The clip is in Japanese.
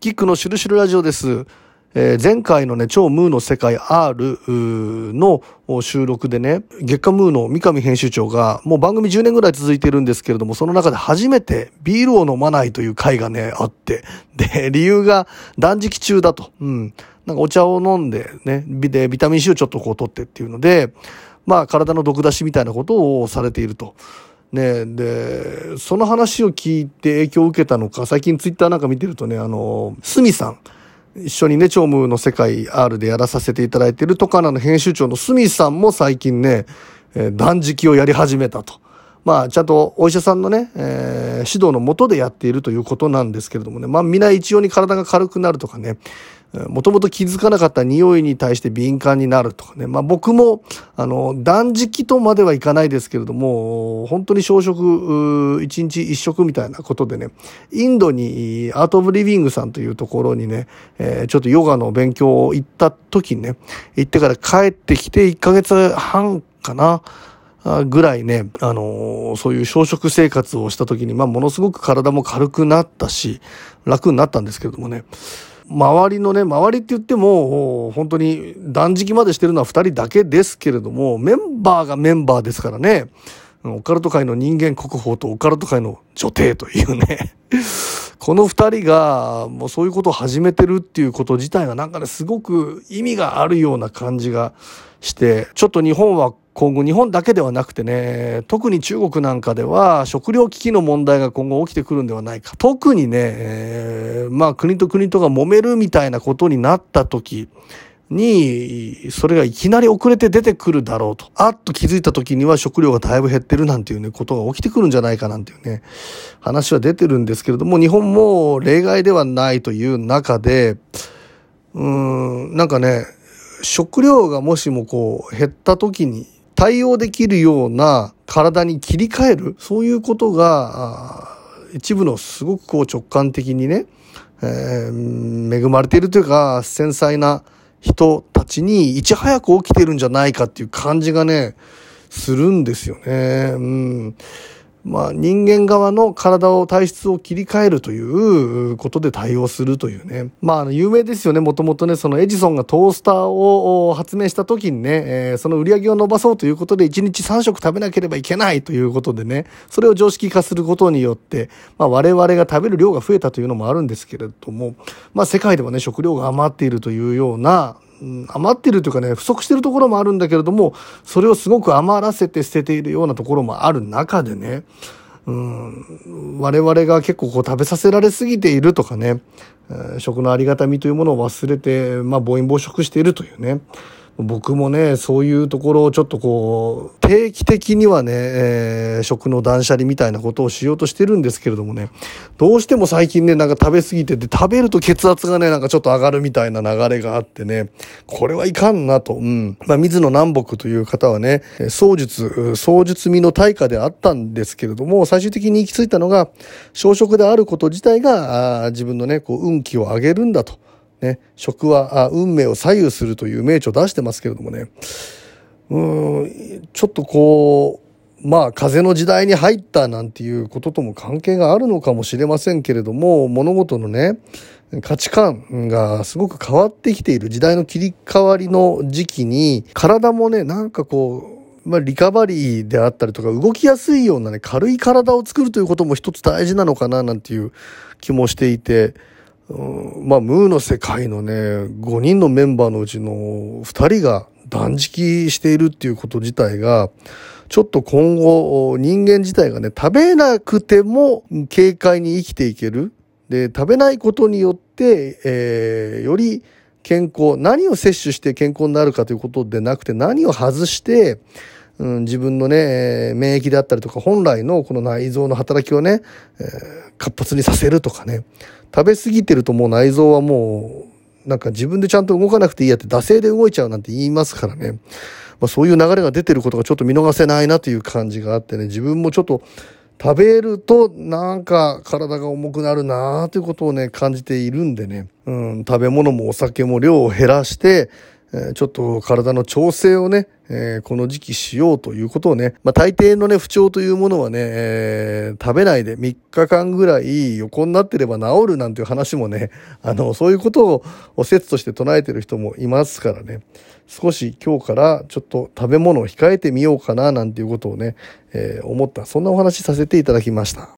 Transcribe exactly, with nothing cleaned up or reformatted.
キックのシュルシュルラジオです。えー、前回のね、超ムーの世界 R の収録でね、月刊ムーの三上編集長が、もう番組じゅうねんぐらい続いてるんですけれども、その中で初めてビールを飲まないという回がね、あって、で、理由が断食中だと。うん。なんかお茶を飲んでね、で、ビタミン C をちょっとこう取ってっていうので、まあ体の毒出しみたいなことをされていると。ね、で、その話を聞いて影響を受けたのか、最近ツイッターなんか見てるとね、あの、スミさん、一緒にね、超ムーの世界 R でやらさせていただいているトカナの編集長のスミさんも最近ね、えー、断食をやり始めたと。まあ、ちゃんとお医者さんのね、えー、指導の下でやっているということなんですけれどもね、まあ、皆一様に体が軽くなるとかね、もともと気づかなかった匂いに対して敏感になるとかね。まあ僕も、あの、断食とまではいかないですけれども、本当に小食、一日一食みたいなことでね、インドにアートオブリビングさんというところにね、えー、ちょっとヨガの勉強を行った時にね、行ってから帰ってきていっかげつはんかな。ぐらいね、あのー、そういう小食生活をした時に、まあものすごく体も軽くなったし、楽になったんですけれどもね、周りのね、周りって言っても、本当に断食までしてるのはふたりだけですけれども、メンバーがメンバーですからね、オカルト界の人間国宝とオカルト界の女帝というね、このふたりがもうそういうことを始めてるっていうこと自体がなんかね、すごく意味があるような感じがして、ちょっと日本は今後、日本だけではなくてね、特に中国なんかでは食糧危機の問題が今後起きてくるんではないか。特にね、えー、まあ国と国とが揉めるみたいなことになった時に、それがいきなり遅れて出てくるだろうと。あっと気づいた時には食料がだいぶ減ってるなんていうね、ことが起きてくるんじゃないかなんていうね、話は出てるんですけれども、日本も例外ではないという中で、うーん、なんかね、食料がもしもこう減った時に対応できるような体に切り替える、そういうことが一部のすごくこう直感的にね、えー、恵まれているというか繊細な人たちにいち早く起きてるんじゃないかっていう感じがねするんですよね。うん、まあ人間側の体を体質を切り替えるということで対応するというね。まああの有名ですよね。もともとね、そのエジソンがトースターを発明した時にね、えー、その売り上げを伸ばそうということでいちにちさんしょく食べなければいけないということでね、それを常識化することによって、まあ我々が食べる量が増えたというのもあるんですけれども、まあ世界ではね、食料が余っているというような、余っているというかね、不足しているところもあるんだけれども、それをすごく余らせて捨てているようなところもある中でね、うん、我々が結構こう食べさせられすぎているとかね、えー、食のありがたみというものを忘れて、まあ暴飲暴食しているというね、僕もね、そういうところをちょっとこう、定期的にはね、えー、食の断捨離みたいなことをしようとしてるんですけれどもね、どうしても最近ね、なんか食べ過ぎてて、食べると血圧がね、なんかちょっと上がるみたいな流れがあってね、これはいかんなと。うん。まあ、水野南北という方はね、槍術、槍術味の大家であったんですけれども、最終的に行き着いたのが、小食であること自体が、あ自分のね、こう、運気を上げるんだと。ね、食は運命を左右するという名著を出してますけれどもね、うーん、ちょっとこう、まあ風の時代に入ったなんていうこととも関係があるのかもしれませんけれども、物事のね、価値観がすごく変わってきている時代の切り替わりの時期に、体もね、なんかこう、まあ、リカバリーであったりとか動きやすいようなね、軽い体を作るということも一つ大事なのかななんていう気もしていて、うん、まあムーの世界のねごにんのメンバーのうちのふたりが断食しているっていうこと自体がちょっと今後人間自体がね食べなくても軽快に生きていけるで食べないことによって、えー、より健康何を摂取して健康になるかということでなくて何を外してうん、自分のね、免疫であったりとか、本来のこの内臓の働きをね、えー、活発にさせるとかね、食べ過ぎてるともう内臓はもう、なんか自分でちゃんと動かなくていいやって惰性で動いちゃうなんて言いますからね。まあそういう流れが出てることがちょっと見逃せないなという感じがあってね、自分もちょっと食べるとなんか体が重くなるなということをね、感じているんでね、うん、食べ物もお酒も量を減らして、ちょっと体の調整をね、 えー、この時期しようということをね、まあ大抵のね、不調というものはね、えー、食べないでみっかかんぐらい横になってれば治るなんていう話もね、あの、そういうことを説として唱えてる人もいますからね、少し今日からちょっと食べ物を控えてみようかななんていうことをね、えー、思った、そんなお話させていただきました。